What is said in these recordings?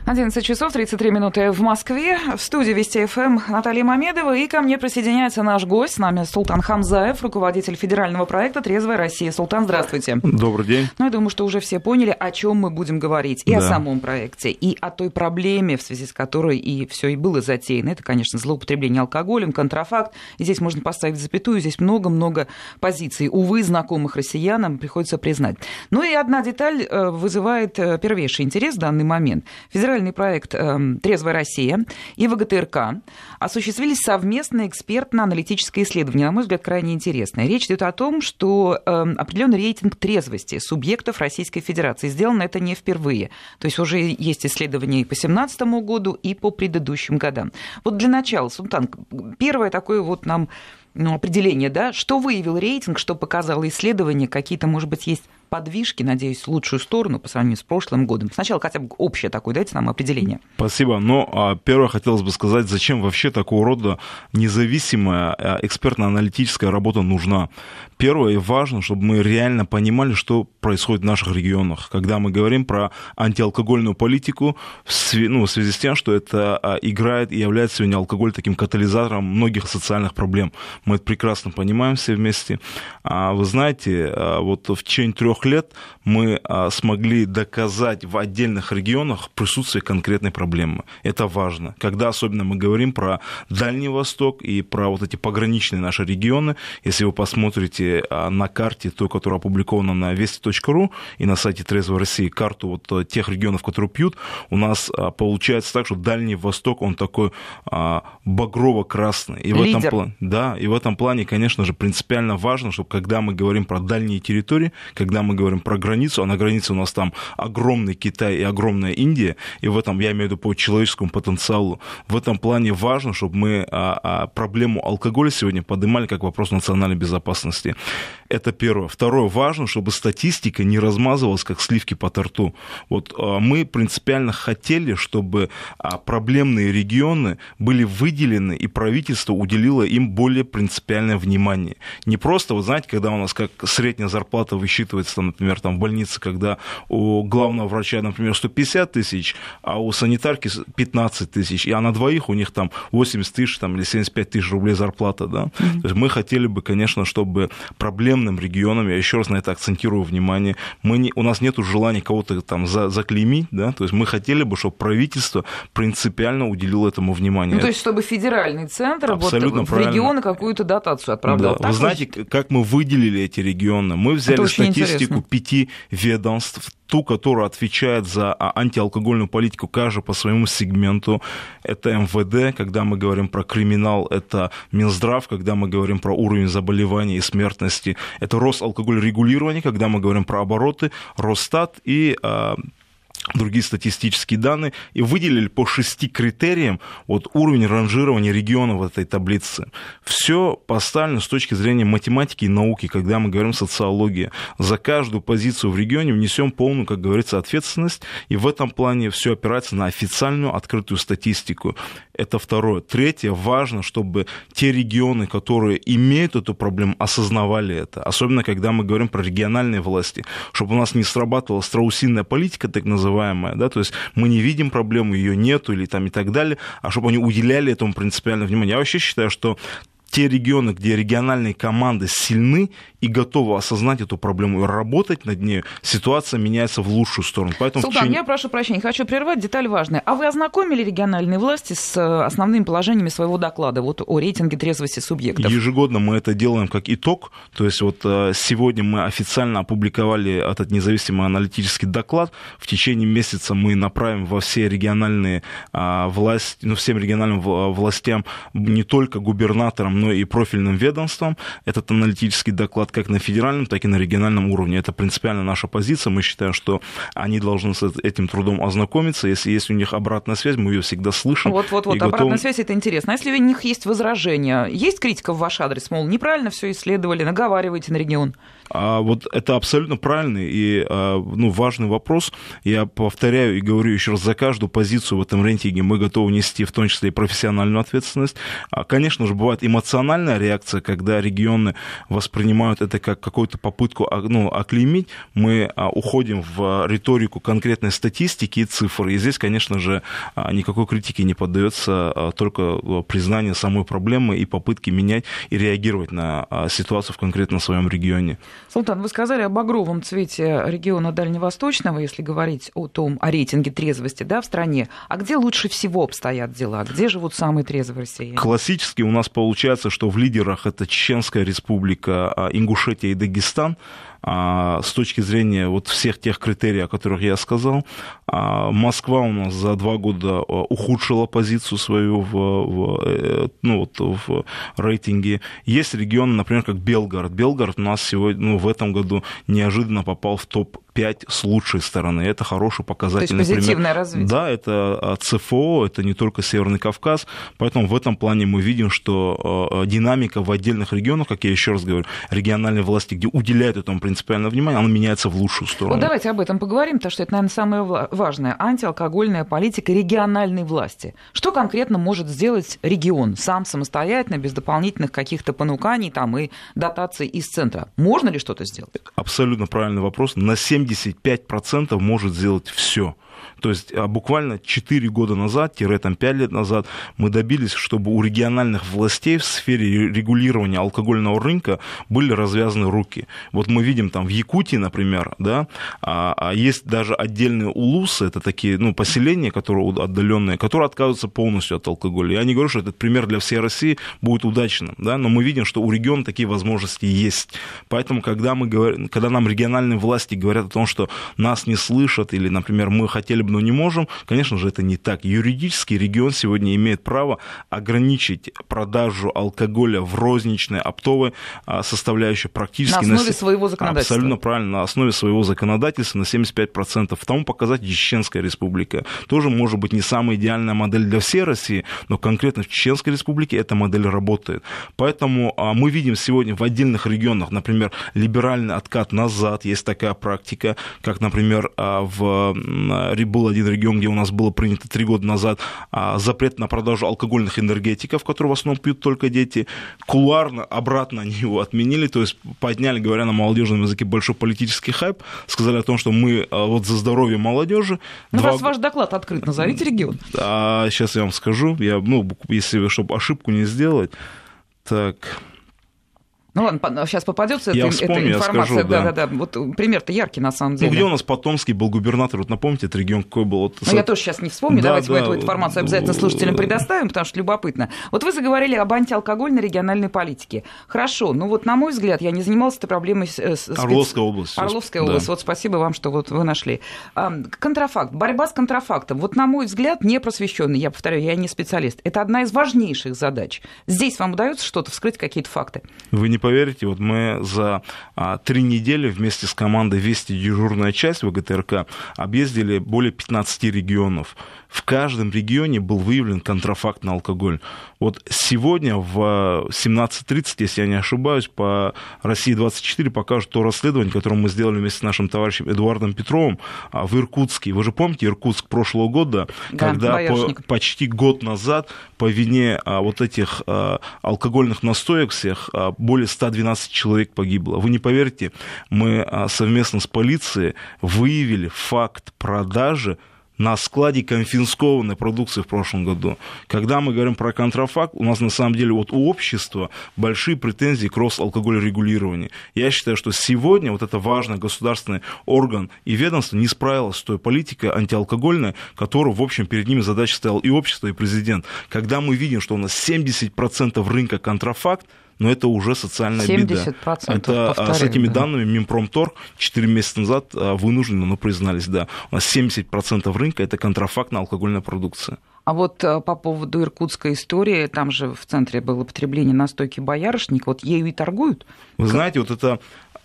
11 часов 33 минуты в Москве. В студии Вести ФМ Наталья Мамедова. И ко мне присоединяется наш гость. С нами Султан Хамзаев, руководитель федерального проекта «Трезвая Россия». Султан, здравствуйте. Добрый день. Ну, я думаю, что уже все поняли, о чем мы будем говорить. И о самом проекте, и о той проблеме, в связи с которой и все и было затеяно. Это, конечно, злоупотребление алкоголем, контрафакт. И здесь можно поставить запятую. Здесь много-много позиций. Увы, знакомых россиянам, приходится признать. Ну и одна деталь вызывает первейший интерес в данный момент. Федеральный проект «Трезвая Россия» и ВГТРК осуществили совместное экспертно-аналитическое исследование, на мой взгляд, крайне интересное. Речь идет о том, что определенный рейтинг трезвости субъектов Российской Федерации. Сделано это не впервые. То есть уже есть исследования и по 2017 году, и по предыдущим годам. Вот для начала, Султан, первое такое вот нам определение, да, что выявил рейтинг, что показало исследование, какие-то, может быть, есть подвижки, надеюсь, в лучшую сторону по сравнению с прошлым годом. Сначала хотя бы общее такое, дайте нам определение. Спасибо. Но первое хотелось бы сказать, зачем вообще такого рода независимая экспертно-аналитическая работа нужна. Первое, и важно, чтобы мы реально понимали, что происходит в наших регионах. Когда мы говорим про антиалкогольную политику, в связи с тем, что это играет и является сегодня алкоголь таким катализатором многих социальных проблем. Мы это прекрасно понимаем все вместе. Вы знаете, вот в течение 3 лет мы смогли доказать в отдельных регионах присутствие конкретной проблемы. Это важно. Когда особенно мы говорим про Дальний Восток и про вот эти пограничные наши регионы, если вы посмотрите на карте, той, которая опубликована на вести.ру и на сайте Трезвой России, карту вот тех регионов, которые пьют, у нас получается так, что Дальний Восток, он такой багрово-красный. И в этом плане, конечно же, принципиально важно, чтобы когда мы говорим про дальние территории, когда мы говорим про границу, а на границе у нас там огромный Китай и огромная Индия, и в этом, я имею в виду по человеческому потенциалу, в этом плане важно, чтобы мы проблему алкоголя сегодня поднимали как вопрос национальной безопасности. Это первое. Второе, важно, чтобы статистика не размазывалась, как сливки по торту. Вот мы принципиально хотели, чтобы проблемные регионы были выделены, и правительство уделило им более принципиальное внимание. Не просто, вы знаете, когда у нас как средняя зарплата высчитывается, например, там в больнице, когда у главного врача, например, 150 тысяч, а у санитарки 15 тысяч, а на двоих у них там 80 тысяч или 75 тысяч рублей зарплата. Да? То есть мы хотели бы, конечно, чтобы проблемным регионам, я еще раз на это акцентирую внимание, у нас нет желания кого-то там заклеймить, да? То есть мы хотели бы, чтобы правительство принципиально уделило этому внимание. Ну, то есть чтобы федеральный центр вот в регионы какую-то дотацию отправлял. Да. Вы знаете, как мы выделили эти регионы? Мы взяли статистику 5 ведомств, ту, которая отвечает за антиалкогольную политику, каждый по своему сегменту. Это МВД, когда мы говорим про криминал, это Минздрав, когда мы говорим про уровень заболеваний и смертности, это Росалкогольрегулирование, когда мы говорим про обороты, Росстат и другие статистические данные, и выделили по 6 критериям вот уровень ранжирования регионов в этой таблице. Все поставлено с точки зрения математики и науки, когда мы говорим социология. За каждую позицию в регионе внесем полную, как говорится, ответственность, и в этом плане все опирается на официальную открытую статистику. Это второе. Третье, важно, чтобы те регионы, которые имеют эту проблему, осознавали это. Особенно, когда мы говорим про региональные власти, чтобы у нас не срабатывала страусиная политика, так называемая, да, то есть мы не видим проблему, ее нету или там и так далее, а чтобы они уделяли этому принципиальное внимание. Я вообще считаю, что те регионы, где региональные команды сильны и готовы осознать эту проблему и работать над ней, ситуация меняется в лучшую сторону. Поэтому Султан, я прошу прощения, хочу прервать, деталь важная. А вы ознакомили региональные власти с основными положениями своего доклада вот о рейтинге трезвости субъектов? Ежегодно мы это делаем как итог. То есть вот сегодня мы официально опубликовали этот независимый аналитический доклад. В течение месяца мы направим во все региональные власти, всем региональным властям, не только губернаторам, но и профильным ведомствам, этот аналитический доклад как на федеральном, так и на региональном уровне. Это принципиально наша позиция. Мы считаем, что они должны с этим трудом ознакомиться. Если есть у них обратная связь, мы ее всегда слышим. Вот, обратная связь, это интересно. А если у них есть возражения, есть критика в ваш адрес, мол, неправильно все исследовали, наговариваете на регион? Вот это абсолютно правильный и важный вопрос. Я повторяю и говорю еще раз, за каждую позицию в этом рейтинге мы готовы нести, в том числе и профессиональную ответственность. Конечно же, бывают эмоциональные эмоциональная реакция, когда регионы воспринимают это как какую-то попытку оклеймить, мы уходим в риторику конкретной статистики и цифр. И здесь, конечно же, никакой критике не поддается, только признание самой проблемы и попытки менять и реагировать на ситуацию в конкретно своем регионе. Султан, вы сказали об багровом цвете региона Дальневосточного, если говорить о рейтинге трезвости, да, в стране. А где лучше всего обстоят дела? Где живут самые трезвые россияне? Классически у нас получается, что в лидерах это Чеченская республика, Ингушетия и Дагестан. С точки зрения вот всех тех критерий, о которых я сказал, Москва у нас за 2 года ухудшила позицию свою в рейтинге. Есть регионы, например, как Белгород. Белгород у нас сегодня, в этом году неожиданно попал в топ-5 с лучшей стороны. Это хороший показатель. То есть позитивное развитие. Да, это ЦФО, это не только Северный Кавказ. Поэтому в этом плане мы видим, что динамика в отдельных регионах, как я еще раз говорю, региональные власти, где уделяют этому принципиальное внимание, она меняется в лучшую сторону. Вот давайте об этом поговорим, потому что это, наверное, самое важное. Антиалкогольная политика региональной власти. Что конкретно может сделать регион сам самостоятельно, без дополнительных каких-то понуканий там, и дотаций из центра? Можно ли что-то сделать? Абсолютно правильный вопрос. На 75% может сделать все. То есть буквально 4 года назад, 5 лет назад мы добились, чтобы у региональных властей в сфере регулирования алкогольного рынка были развязаны руки. Вот мы видим там в Якутии, например, да, есть даже отдельные улусы, это такие поселения, которые отдаленные, которые отказываются полностью от алкоголя. Я не говорю, что этот пример для всей России будет удачным, да, но мы видим, что у региона такие возможности есть. Поэтому, когда нам региональные власти говорят о том, что нас не слышат или, например, мы хотели бы, но не можем, конечно же, это не так. Юридически регион сегодня имеет право ограничить продажу алкоголя в розничной, оптовой составляющей практически... На основе своего законодательства. Абсолютно правильно, на основе своего законодательства на 75%. Тому показатель Чеченская республика. Тоже, может быть, не самая идеальная модель для всей России, но конкретно в Чеченской республике эта модель работает. Поэтому мы видим сегодня в отдельных регионах, например, либеральный откат назад, есть такая практика, как, например, был один регион, где у нас было принято 3 года назад запрет на продажу алкогольных энергетиков, которые в основном пьют только дети. Кулуарно, обратно они его отменили, то есть подняли, говоря на молодежном языке, большой политический хайп, сказали о том, что мы вот за здоровье молодежи. Раз ваш доклад открыт, назовите регион. Сейчас я вам скажу, если чтобы ошибку не сделать. Так... Ну ладно, сейчас попадется эта информация. Скажу, да. Вот пример-то яркий, на самом деле. Где у нас Потомский был губернатор, вот напомните, этот регион какой был? Я тоже сейчас не вспомню, давайте мы эту информацию обязательно слушателям предоставим, потому что любопытно. Вот вы заговорили об антиалкогольной региональной политике. Хорошо, на мой взгляд, я не занималась этой проблемой Орловская область. Орловская область, вот спасибо вам, что вот вы нашли. Контрафакт, борьба с контрафактом. Вот на мой взгляд, не просвещенный, я повторяю, я не специалист. Это одна из важнейших задач. Здесь вам удается что-то, вскрыть какие-то факты? Вы не поверите, вот мы за 3 недели вместе с командой «Вести дежурная часть» ВГТРК объездили более 15 регионов. В каждом регионе был выявлен контрафакт на алкоголь. Вот сегодня в 17:30, если я не ошибаюсь, по «России-24» покажут то расследование, которое мы сделали вместе с нашим товарищем Эдуардом Петровым в Иркутске. Вы же помните Иркутск прошлого года, когда почти год назад по вине вот этих алкогольных настоек всех более 112 человек погибло. Вы не поверите, мы совместно с полицией выявили факт продажи на складе конфискованной продукции в прошлом году. Когда мы говорим про контрафакт, у нас на самом деле вот у общества большие претензии к Росалкогольрегулированию. Я считаю, что сегодня вот это важный государственный орган и ведомство не справилось с той политикой антиалкогольной, которую, в общем, перед ними задача стояла и общество, и президент. Когда мы видим, что у нас 70% рынка контрафакт, но это уже социальная 70%, беда. Это повторяю, с этими данными Минпромторг 4 месяца назад вынуждены, но признались, да, у нас 70% рынка – это контрафактная алкогольная продукция. А вот по поводу иркутской истории, там же в центре было употребление настойки боярышника, вот ею и торгуют? Вы знаете, вот это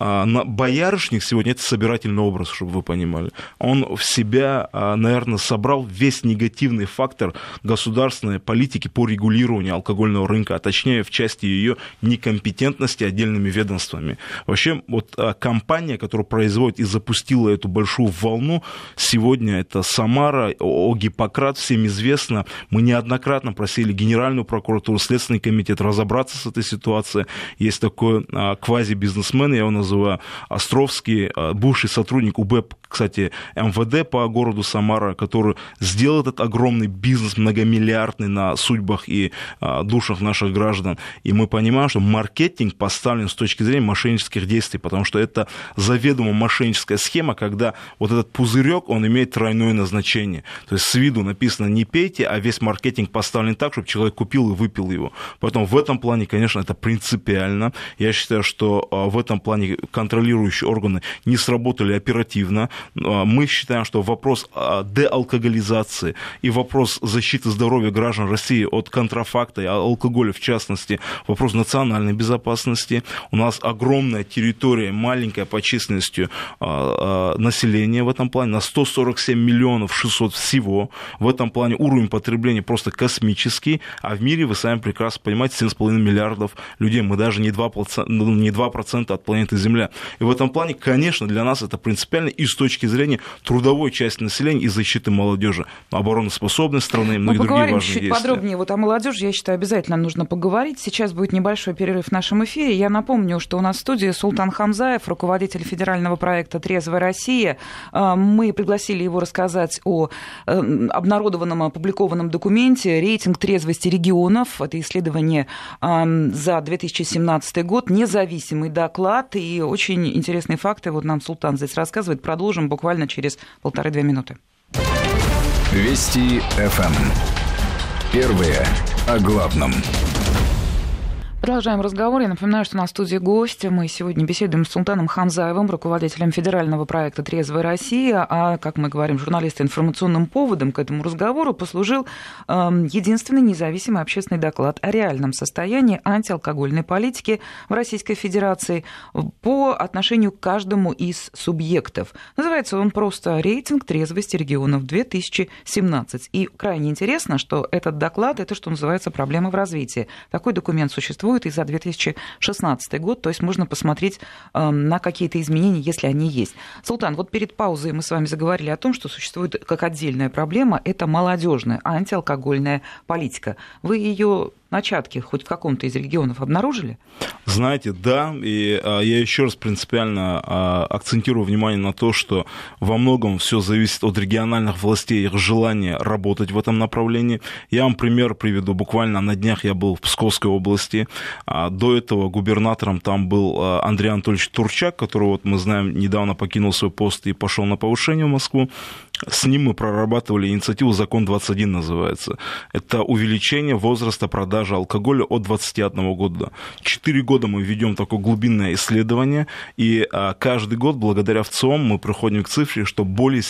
боярышник сегодня — это собирательный образ, чтобы вы понимали. Он в себя, наверное, собрал весь негативный фактор государственной политики по регулированию алкогольного рынка, а точнее в части ее некомпетентности отдельными ведомствами. Вообще, вот компания, которая производит и запустила эту большую волну, сегодня это Самара, ООО «Гиппократ», всем известно. Мы неоднократно просили Генеральную прокуратуру, Следственный комитет разобраться с этой ситуацией. Есть такой квази-бизнесмен, я его называю, Островский, бывший сотрудник УБ, кстати, МВД по городу Самара, который сделал этот огромный бизнес многомиллиардный на судьбах и душах наших граждан. И мы понимаем, что маркетинг поставлен с точки зрения мошеннических действий, потому что это заведомо мошенническая схема, когда вот этот пузырек, он имеет тройное назначение. То есть с виду написано «не пейте», а весь маркетинг поставлен так, чтобы человек купил и выпил его. Поэтому в этом плане, конечно, это принципиально. Я считаю, что в этом плане контролирующие органы не сработали оперативно. Мы считаем, что вопрос деалкоголизации и вопрос защиты здоровья граждан России от контрафакта и алкоголя, в частности, вопрос национальной безопасности. У нас огромная территория, маленькая по численности населения в этом плане, на 147 миллионов 600 всего. В этом плане уровень потребления просто космический, а в мире, вы сами прекрасно понимаете, 7,5 миллиардов людей. Мы даже не 2% от планеты Земля. И в этом плане, конечно, для нас это принципиально и с точки зрения трудовой части населения и защиты молодежи, обороноспособной страны и многие другие важные действия. Мы поговорим чуть подробнее вот о молодежи, я считаю, обязательно нужно поговорить. Сейчас будет небольшой перерыв в нашем эфире. Я напомню, что у нас в студии Султан Хамзаев, руководитель федерального проекта «Трезвая Россия». Мы пригласили его рассказать о обнародованном, опубликованном документе «Рейтинг трезвости регионов». Это исследование за 2017 год, независимый доклад и очень интересные факты. Вот нам Султан здесь рассказывает. Продолжим буквально через 1,5-2 минуты. Вести ФМ. Первые о главном. Продолжаем разговор. Я напоминаю, что на студии гость. Мы сегодня беседуем с Султаном Хамзаевым, руководителем федерального проекта «Трезвая Россия». А, как мы говорим, журналисты, информационным поводом к этому разговору послужил единственный независимый общественный доклад о реальном состоянии антиалкогольной политики в Российской Федерации по отношению к каждому из субъектов. Называется он просто «Рейтинг трезвости регионов 2017». И крайне интересно, что этот доклад – это, что называется, проблема в развитии. Такой документ существует и за 2016 год, то есть можно посмотреть на какие-то изменения, если они есть. Султан, вот перед паузой мы с вами заговорили о том, что существует как отдельная проблема, это молодежная антиалкогольная политика. Вы ее начатки хоть в каком-то из регионов обнаружили? Знаете, да, и я еще раз принципиально акцентирую внимание на то, что во многом все зависит от региональных властей, их желания работать в этом направлении. Я вам пример приведу. Буквально на днях я был в Псковской области. До этого губернатором там был Андрей Анатольевич Турчак, который, вот мы знаем, недавно покинул свой пост и пошел на повышение в Москву. С ним мы прорабатывали инициативу «Закон 21» называется. Это увеличение возраста продажи алкоголя от 21 года. 4 года мы ведем такое глубинное исследование, и каждый год благодаря ВЦИОМ мы приходим к цифре, что более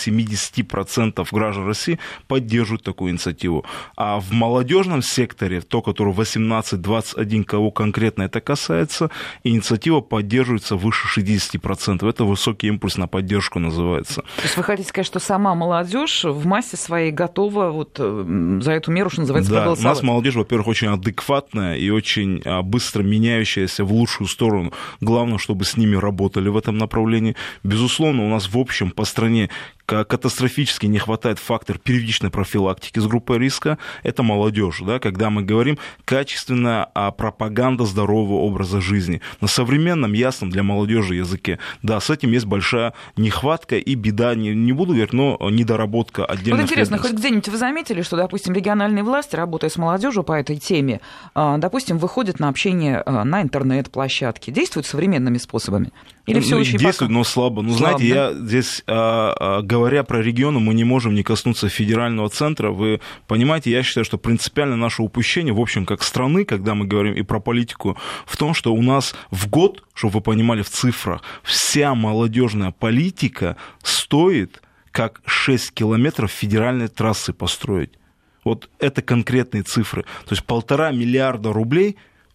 70% граждан России поддерживают такую инициативу. А в молодежном секторе, то, которое 18-21, кого конкретно это касается, инициатива поддерживается выше 60%. Это высокий импульс на поддержку называется. То есть вы хотите сказать, что сама молодежь в массе своей готова вот за эту меру, что называется, проголосовать? Да, у нас молодежь, во-первых, очень адекватная и очень быстро меняющаяся в лучшую сторону. Главное, чтобы с ними работали в этом направлении. Безусловно, у нас в общем по стране катастрофически не хватает фактор первичной профилактики с группой риска. Это молодежь, да, когда мы говорим качественная пропаганда здорового образа жизни. На современном, ясном для молодежи языке. Да, с этим есть большая нехватка и беда, не буду говорить, но недоработка отдельных. Вот интересно, хоть где-нибудь вы заметили, что, допустим, региональные власти, работая с молодежью по этой теме, допустим, выходят на общение на интернет-площадке, действуют современными способами? Или все очень действует, но слабо. Ну, знаете, да? Я здесь, говоря про регионы, мы не можем не коснуться федерального центра. Вы понимаете, я считаю, что принципиально наше упущение, в общем, как страны, когда мы говорим и про политику, в том, что у нас в год, чтобы вы понимали в цифрах, вся молодежная политика стоит как 6 километров федеральной трассы построить. Вот это конкретные цифры. То есть 1,5 миллиарда рублей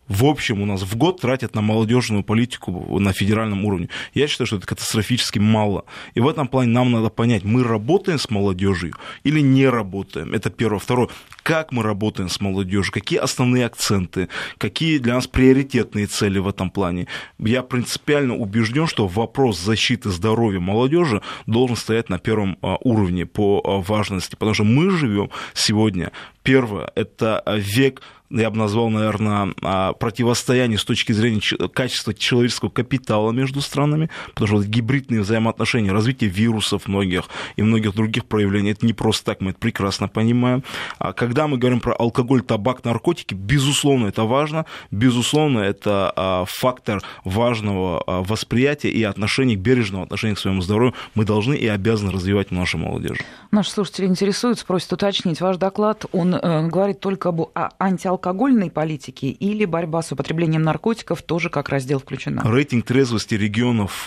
в общем у нас в год тратят на молодежную политику на федеральном уровне. Я считаю, что это катастрофически мало. И в этом плане нам надо понять, мы работаем с молодежью или не работаем. Это первое. Второе, как мы работаем с молодежью, какие основные акценты, какие для нас приоритетные цели в этом плане. Я принципиально убежден, что вопрос защиты здоровья молодежи должен стоять на первом уровне по важности, потому что мы живем сегодня, первое, это век, я бы назвал, наверное, противостояние с точки зрения качества человеческого капитала между странами, потому что вот гибридные взаимоотношения, развитие вирусов многих и многих других проявлений, это не просто так, мы это прекрасно понимаем. Когда мы говорим про алкоголь, табак, наркотики, безусловно, это важно, безусловно, это фактор важного восприятия и отношения, бережного отношения к своему здоровью мы должны и обязаны развивать в нашей молодежи. Наши слушатели интересуются, просят уточнить ваш доклад, он говорит только об антиалкогольной политике или борьба с употреблением наркотиков тоже как раздел включена? Рейтинг трезвости регионов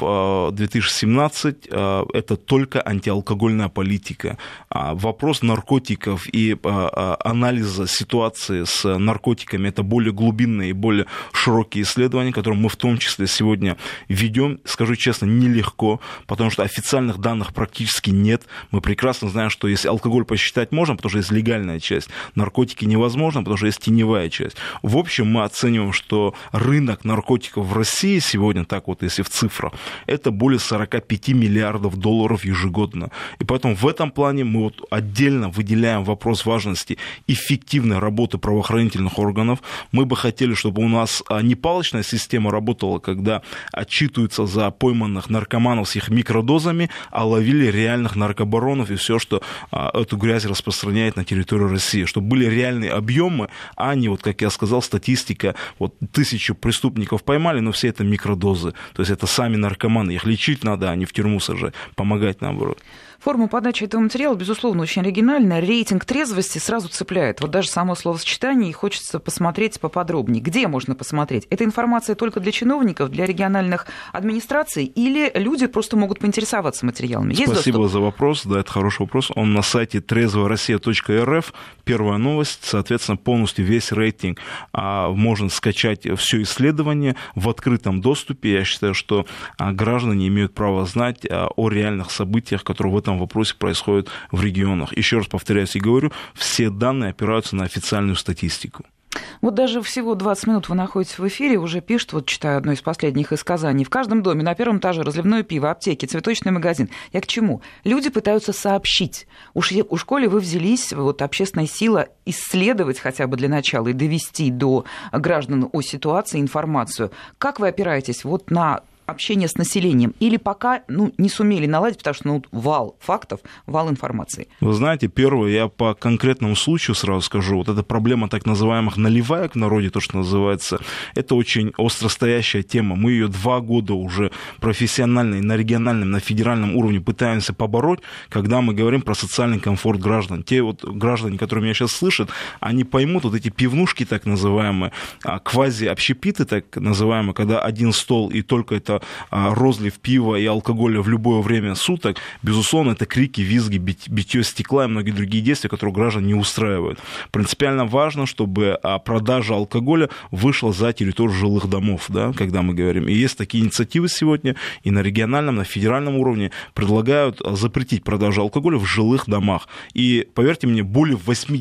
2017 – это только антиалкогольная политика. Вопрос наркотиков и анализа ситуации с наркотиками – это более глубинные и более широкие исследования, которые мы в том числе сегодня ведем. Скажу честно, нелегко, потому что официальных данных практически нет. Мы прекрасно знаем, что если алкоголь посчитать можно, потому что есть легальная часть, наркотики невозможно, потому что есть теневая часть. В общем, мы оцениваем, что рынок наркотиков в России сегодня, так вот если в цифрах, это более 45 миллиардов долларов ежегодно. И поэтому в этом плане мы вот отдельно выделяем вопрос важности эффективной работы правоохранительных органов. Мы бы хотели, чтобы у нас не палочная система работала, когда отчитываются за пойманных наркоманов с их микродозами, а ловили реальных наркобаронов и все, что эту грязь распространяет на территорию России. Чтобы были реальные объемы, а не, вот как я сказал, статистика, вот 1000 преступников поймали, но все это микродозы. То есть это сами наркоманы. Их лечить надо, а не в тюрьму сажать, помогать наоборот. Форма подачи этого материала, безусловно, очень оригинальная. Рейтинг трезвости сразу цепляет. Вот даже само словосочетание, и хочется посмотреть поподробнее. Где можно посмотреть? Эта информация только для чиновников, для региональных администраций, или люди просто могут поинтересоваться материалами? Есть Спасибо доступ? за вопрос. Да, это хороший вопрос. Он на сайте трезвороссия.рф. Первая новость. Соответственно, полностью весь рейтинг можно скачать, все исследование в открытом доступе. Я считаю, что граждане имеют право знать о реальных событиях, которые в этом вопросе происходит в регионах. Еще раз повторяюсь и говорю, все данные опираются на официальную статистику. Вот даже всего 20 минут вы находитесь в эфире, уже пишут, вот читаю одно из последних сказаний. В каждом доме на первом этаже разливное пиво, аптеки, цветочный магазин. Я к чему? Люди пытаются сообщить. Уж коли вы взялись, вот общественная сила, исследовать хотя бы для начала и довести до граждан о ситуации информацию. Как вы опираетесь вот на общение с населением? Или пока не сумели наладить, потому что вал фактов, вал информации? Вы знаете, первое, я по конкретному случаю сразу скажу, вот эта проблема так называемых наливаек в народе, то, что называется, это очень остростоящая тема. Мы ее 2 года уже профессионально и на региональном, на федеральном уровне пытаемся побороть, когда мы говорим про социальный комфорт граждан. Те вот граждане, которые меня сейчас слышат, они поймут вот эти пивнушки так называемые, квази-общепиты так называемые, когда один стол и только это розлив пива и алкоголя в любое время суток, безусловно, это крики, визги, битье стекла и многие другие действия, которые граждан не устраивают. Принципиально важно, чтобы продажа алкоголя вышла за территорию жилых домов, да, когда мы говорим. И есть такие инициативы сегодня и на региональном, на федеральном уровне предлагают запретить продажу алкоголя в жилых домах. И, поверьте мне, более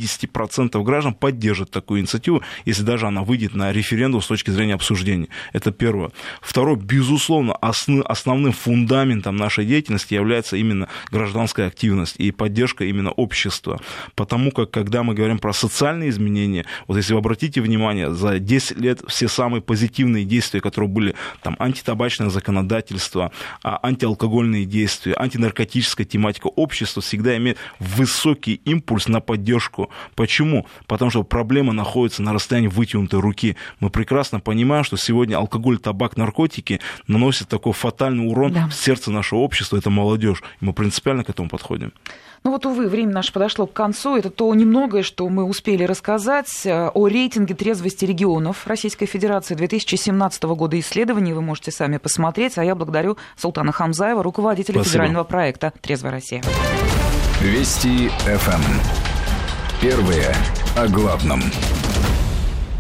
80% граждан поддержат такую инициативу, если даже она выйдет на референдум с точки зрения обсуждения. Это первое. Второе, безусловно, основным фундаментом нашей деятельности является именно гражданская активность и поддержка именно общества. Потому как, когда мы говорим про социальные изменения, вот если вы обратите внимание, за 10 лет все самые позитивные действия, которые были, там, антитабачное законодательство, антиалкогольные действия, антинаркотическая тематика, общество всегда имеет высокий импульс на поддержку. Почему? Потому что проблема находится на расстоянии вытянутой руки. Мы прекрасно понимаем, что сегодня алкоголь, табак, наркотики наносит такой фатальный урон в сердце нашего общества, это молодежь. И мы принципиально к этому подходим. Ну вот, увы, время наше подошло к концу. Это то немногое, что мы успели рассказать о рейтинге трезвости регионов Российской Федерации 2017 года исследований. Вы можете сами посмотреть. А я благодарю Султана Хамзаева, руководителя федерального проекта «Трезвая Россия». Вести ФМ. Первые о главном.